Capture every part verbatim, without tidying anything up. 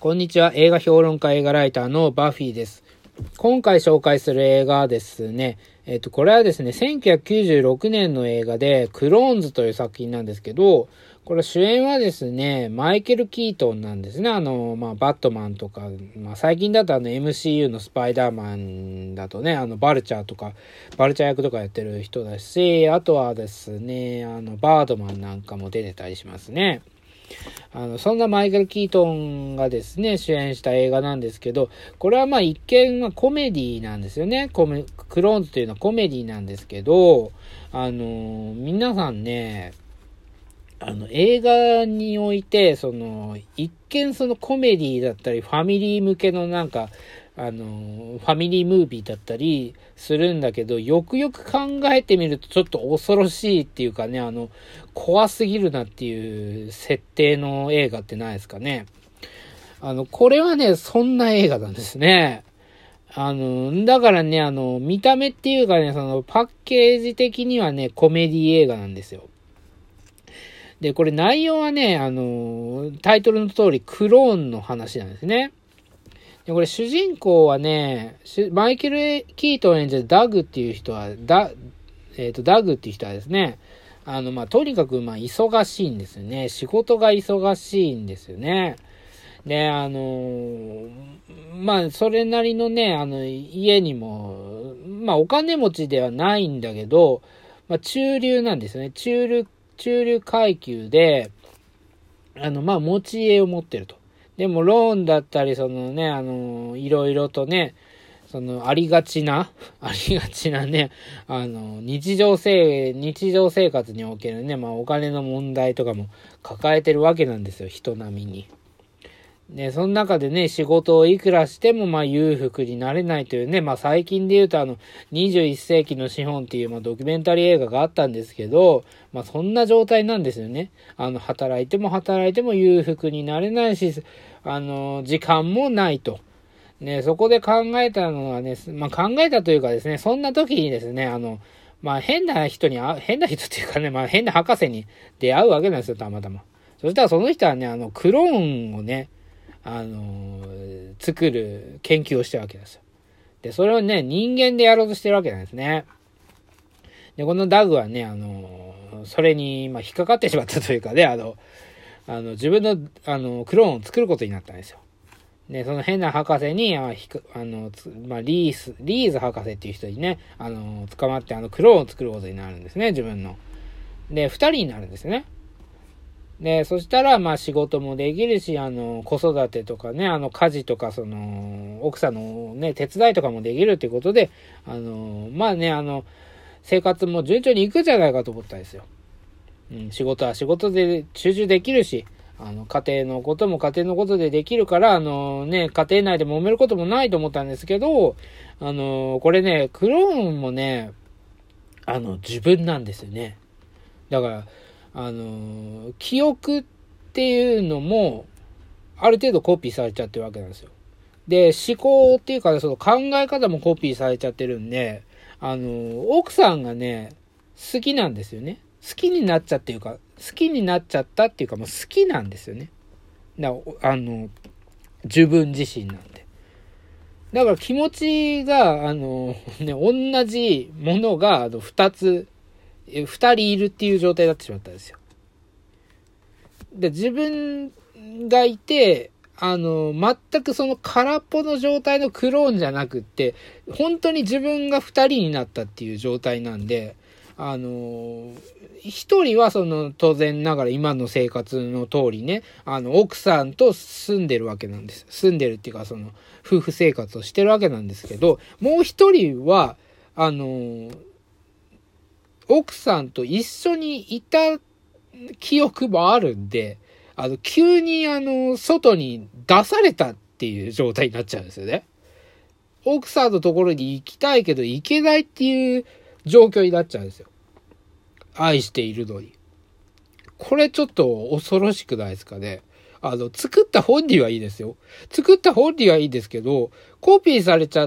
こんにちは。映画評論家、映画ライターのバフィーです。今回紹介する映画はですね、えっと、これはですね、せんきゅうひゃくきゅうじゅうろくねんの映画で、クローンズという作品なんですけど、これ主演はですね、マイケル・キートンなんですね。あの、まあ、バットマンとか、まあ、最近だとあの エムシーユー のスパイダーマンだとね、あの、バルチャーとか、バルチャー役とかやってる人だし、あとはですね、あの、バードマンなんかも出てたりしますね。あの、そんなマイケル・キートンがですね、主演した映画なんですけど、これはまあ一見はコメディなんですよね。コメ、クローンズというのはコメディなんですけど、あの、皆さんね、あの、映画において、その、一見そのコメディだったり、ファミリー向けのなんか、あの、ファミリームービーだったりするんだけど、よくよく考えてみるとちょっと恐ろしいっていうかね、あの、怖すぎるなっていう設定の映画ってないですかね。あの、これはね、そんな映画なんですね。あの、だからね、あの、見た目っていうかね、その、パッケージ的にはね、コメディ映画なんですよ。で、これ内容はね、あの、タイトルの通り、クローンの話なんですね。で、これ主人公はね、マイケル・キートン演じるダグっていう人は、ダ、えっと、ダグっていう人はですね、あの、まあ、とにかく、まあ、忙しいんですよね。仕事が忙しいんですよね。で、あの、まあ、それなりのね、あの、家にも、まあ、お金持ちではないんだけど、まあ、中流なんですよね。中流、中流階級で、あの、まあ、持ち家を持ってると。でもローンだったり、そのね、あの、いろいろとね、その、ありがちな、ありがちなね、あの、日常生、日常生活におけるね、まあ、お金の問題とかも抱えてるわけなんですよ、人並みに。で、その中でね、仕事をいくらしても、まあ、裕福になれないというね、まあ、最近で言うと、あの、にじゅういっせいきの資本っていう、まあ、ドキュメンタリー映画があったんですけど、まあ、そんな状態なんですよね。あの、働いても働いても裕福になれないし、あの、時間もないと。ね、そこで考えたのはね、まあ、考えたというかですね、そんな時にですね、あの、まあ、変な人に、変な人っていうかね、まあ、変な博士に出会うわけなんですよ、たまたま。そしたらその人はね、あの、クローンをね、あのー、作る研究をしてるわけですよ。で、それをね、人間でやろうとしてるわけなんですね。で、このダグはね、あのー、それに、まあ、引っかかってしまったというかね、あの、あの、自分の、あの、クローンを作ることになったんですよ。で、その変な博士に、ああの、まあ、リース、リーズ博士っていう人にね、あの、捕まって、あの、クローンを作ることになるんですね、自分の。で、二人になるんですね。で、そしたら、まあ仕事もできるし、あの、子育てとかね、あの、家事とか、その、奥さんのね、手伝いとかもできるっていうことで、あの、まあね、あの、生活も順調にいくんじゃないかと思ったんですよ。うん、仕事は仕事で集中できるし、あの、家庭のことも家庭のことでできるから、あのね、家庭内で揉めることもないと思ったんですけど、あの、これね、クローンもね、あの、自分なんですよね。だから、あのー、記憶っていうのも、ある程度コピーされちゃってるわけなんですよ。で、思考っていうか、その考え方もコピーされちゃってるんで、あのー、奥さんがね、好きなんですよね。好きになっちゃっていうか、好きになっちゃったっていうか、もう好きなんですよね。だあの、自分自身なんで。だから気持ちが、あの、ね、同じものが、あの、二つ、二人いるっていう状態になってしまったんですよ。で、自分がいて、あの、全くその空っぽの状態のクローンじゃなくって、本当に自分が二人になったっていう状態なんで、あの、一人はその当然ながら今の生活の通りね、あの、奥さんと住んでるわけなんです。住んでるっていうかその、夫婦生活をしてるわけなんですけど、もう一人は、あの、奥さんと一緒にいた記憶もあるんで、あの、急にあの、外に出されたっていう状態になっちゃうんですよね。奥さんのところに行きたいけど行けないっていう状況になっちゃうんですよ。愛しているのに。これちょっと恐ろしくないですかね。あの、作った本人はいいですよ。作った本人はいいですけど、コピーされちゃって、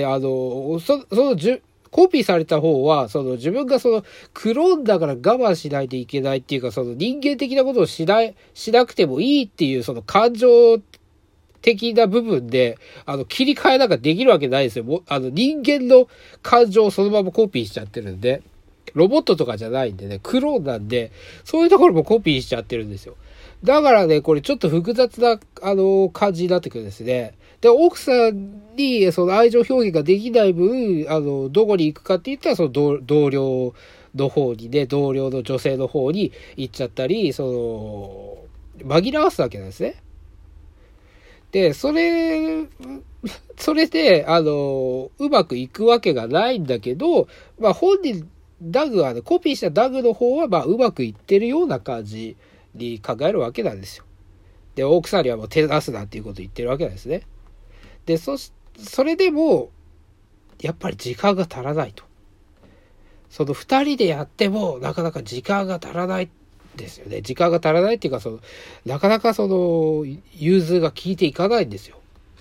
あの、そ、そのじゅ、コピーされた方は、その自分がそのクローンだから我慢しないといけないっていうか、その人間的なことをしない、しなくてもいいっていうその感情的な部分で、あの、切り替えなんかできるわけないですよ。もう、あの、人間の感情をそのままコピーしちゃってるんで、ロボットとかじゃないんでね、クローンなんで、そういうところもコピーしちゃってるんですよ。だからね、これちょっと複雑な、あの、感じになってくるんですね。で、奥さんに、その愛情表現ができない分、あの、どこに行くかって言ったら、その同、同僚の方にね、同僚の女性の方に行っちゃったり、その、紛らわすわけなんですね。で、それ、それで、あの、うまくいくわけがないんだけど、まあ本人、ダグはね、コピーしたダグの方は、まあうまくいってるような感じに考えるわけなんですよ。で、奥さんにはもう手出すなっていうことを言ってるわけなんですね。で、そし、それでも、やっぱり時間が足らないと。その二人でやっても、なかなか時間が足らないですよね。時間が足らないっていうか、その、なかなかその、融通が効いていかないんですよ。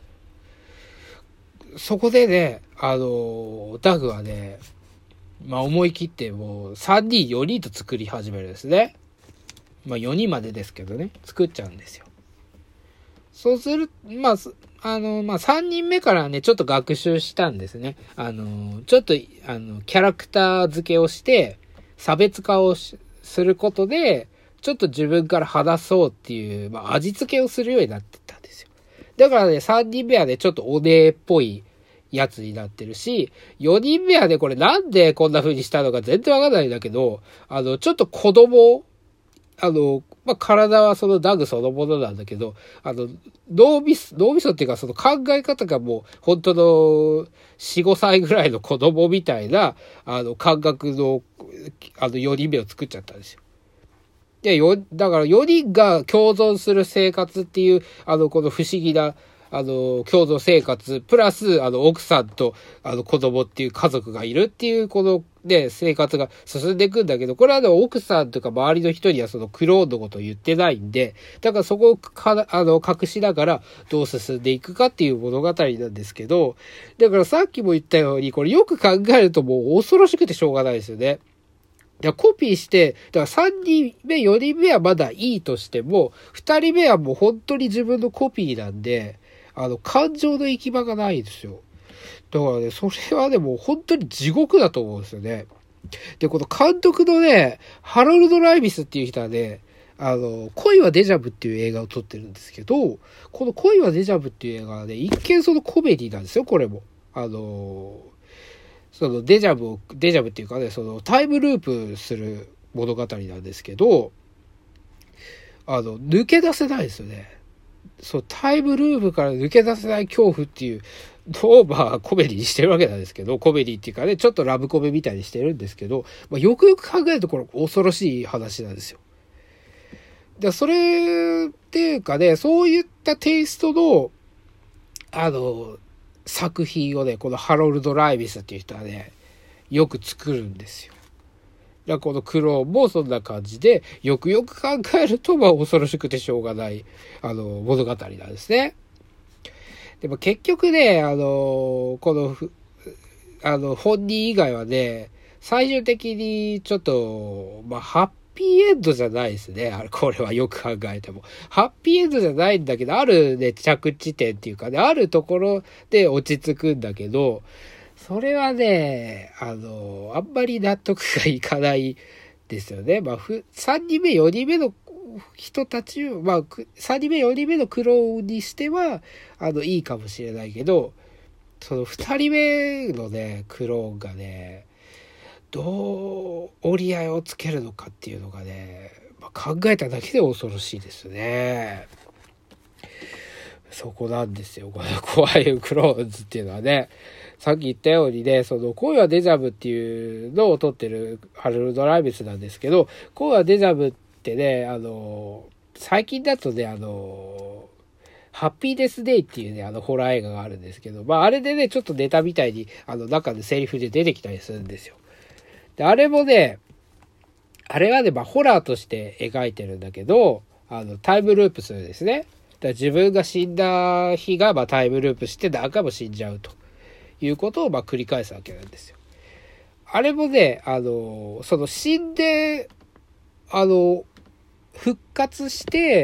そこでね、あの、ダグはね、まあ思い切ってもうさんにんよにんと作り始めるんですね。まあよにんまでですけどね、作っちゃうんですよ。そうする、まあ、あの、まあさんにんめからね、ちょっと学習したんですね。あの、ちょっと、あの、キャラクター付けをして、差別化をすることで、ちょっと自分から話そうっていう、まあ味付けをするようになってたんですよ。だからね、さんにんめはね、ちょっとお姉っぽいやつになってるし、よにんめはね、これなんでこんな風にしたのか全然わかんないんだけど、あの、ちょっと子供、あの、まあ、体はそのダグそのものなんだけど、あの、脳みそ、脳みそっていうかその考え方がもう本当のよん、ごさいぐらいの子供みたいな、あの、感覚の、あの、よにんめを作っちゃったんですよ。で、よ、だからよにんが共存する生活っていう、あの、この不思議な、あの、共同生活、プラス、あの、奥さんと、あの、子供っていう家族がいるっていう、この、ね、生活が進んでいくんだけど、これはね、奥さんとか周りの人にはそのクローンのことを言ってないんで、だからそこをか、あの、隠しながらどう進んでいくかっていう物語なんですけど、だからさっきも言ったように、これよく考えるともう恐ろしくてしょうがないですよね。だからコピーして、だからさんにんめ、よにんめはまだいいとしても、ふたりめはもう本当に自分のコピーなんで、あの、感情の行き場がないですよ。だからね、それはね、もう本当に地獄だと思うんですよね。で、この監督のね、ハロルド・ライビスっていう人はね、あの、恋はデジャブっていう映画を撮ってるんですけど、この恋はデジャブっていう映画はね、一見そのコメディなんですよ、これも。あの、そのデジャブを、デジャブっていうかね、そのタイムループする物語なんですけど、あの、抜け出せないですよね。そう、タイムループから抜け出せない恐怖っていうのを、まあ、コメディにしてるわけなんですけど、コメディっていうかね、ちょっとラブコメみたいにしてるんですけど、まあ、よくよく考えるとこれ恐ろしい話なんですよ。で、それっていうかね、そういったテイストの、あの、作品をね、このハロルド・ライビスっていう人はね、よく作るんですよ。だからこのクローンもそんな感じで、よくよく考えると、まあ恐ろしくてしょうがない、あの、物語なんですね。でも結局ね、あの、この、あの、本人以外はね、最終的にちょっと、まあ、ハッピーエンドじゃないですね。あれ、これはよく考えても。ハッピーエンドじゃないんだけど、あるね、着地点っていうかね、あるところで落ち着くんだけど、それはね、あの、あんまり納得がいかないですよね。まあ、ふ、さんにんめ、よにんめの人たちを、まあ、さんにんめ、よにんめのクローンにしては、あの、いいかもしれないけど、そのふたりめのね、クローンがね、どう折り合いをつけるのかっていうのがね、まあ、考えただけで恐ろしいですね。そこなんですよ。この怖いクローンズっていうのはね。さっき言ったようにね、その恋はデジャブっていうのを撮ってるハロルド・ライビスなんですけど、恋はデジャブってね、あの、最近だとね、あの、ハッピーデスデイっていうね、あのホラー映画があるんですけど、まああれでね、ちょっとネタみたいに、あの中でセリフで出てきたりするんですよ。で、あれもね、あれはね、まあホラーとして描いてるんだけど、あの、タイムループするんですね。だから自分が死んだ日が、まあタイムループして何回も死んじゃうということを、まあ繰り返すわけなんですよ。あれもね、あの、その死んで、あの、復活して、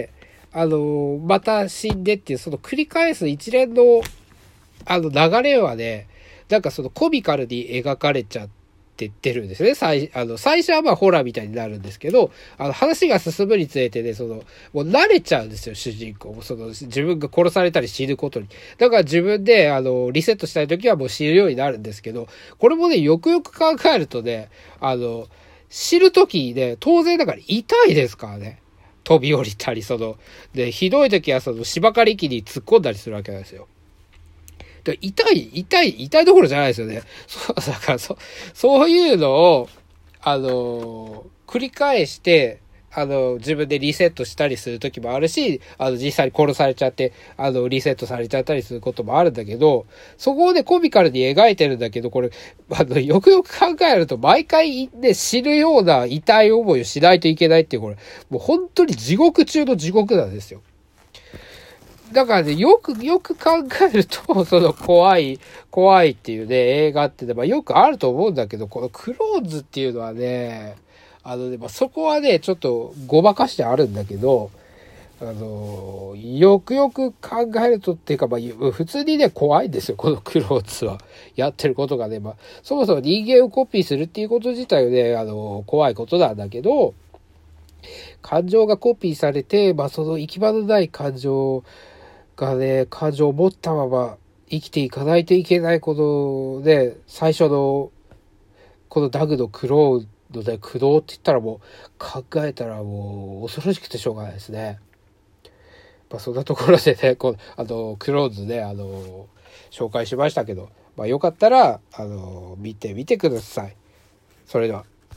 あの、また死んでっていう、その繰り返す一連の、あの流れはね、なんかそのコミカルに描かれちゃってってるんですね。最、あの、最初はまあホラーみたいになるんですけど、あの話が進むにつれてね、その、もう慣れちゃうんですよ、主人公も。その、自分が殺されたり死ぬことに。だから自分で、あの、リセットしたい時はもう死ぬようになるんですけど、これもね、よくよく考えるとね、あの、死ぬ時ね、当然だから痛いですからね。飛び降りたり、その、で、ひどい時はその芝刈り機に突っ込んだりするわけなんですよ。で痛い、痛い、痛いどころじゃないですよね。そう、だからそ、そういうのを、あの、繰り返して、あの、自分でリセットしたりする時もあるし、あの、実際に殺されちゃって、あの、リセットされちゃったりすることもあるんだけど、そこをね、コミカルに描いてるんだけど、これ、あの、よくよく考えると、毎回ね、死ぬような痛い思いをしないといけないっていう、これ、もう本当に地獄中の地獄なんですよ。だからね、よく、よく考えると、その怖い、怖いっていうね、映画ってね、まあよくあると思うんだけど、このクローズっていうのはね、あのね、まあそこはね、ちょっとごまかしてあるんだけど、あの、よくよく考えるとっていうか、まあ普通にね、怖いんですよ、このクローズは。やってることがね、まあ、そもそも人間をコピーするっていうこと自体はね、あの、怖いことなんだけど、感情がコピーされて、まあその行き場のない感情がね、感情を持ったまま生きていかないといけないことで、最初の、このダグの苦労のね、苦労って言ったらもう、考えたらもう、恐ろしくてしょうがないですね。まあそんなところでね、こう、あの、クローズね、あの、紹介しましたけど、まあよかったら、あの、見てみてください。それでは。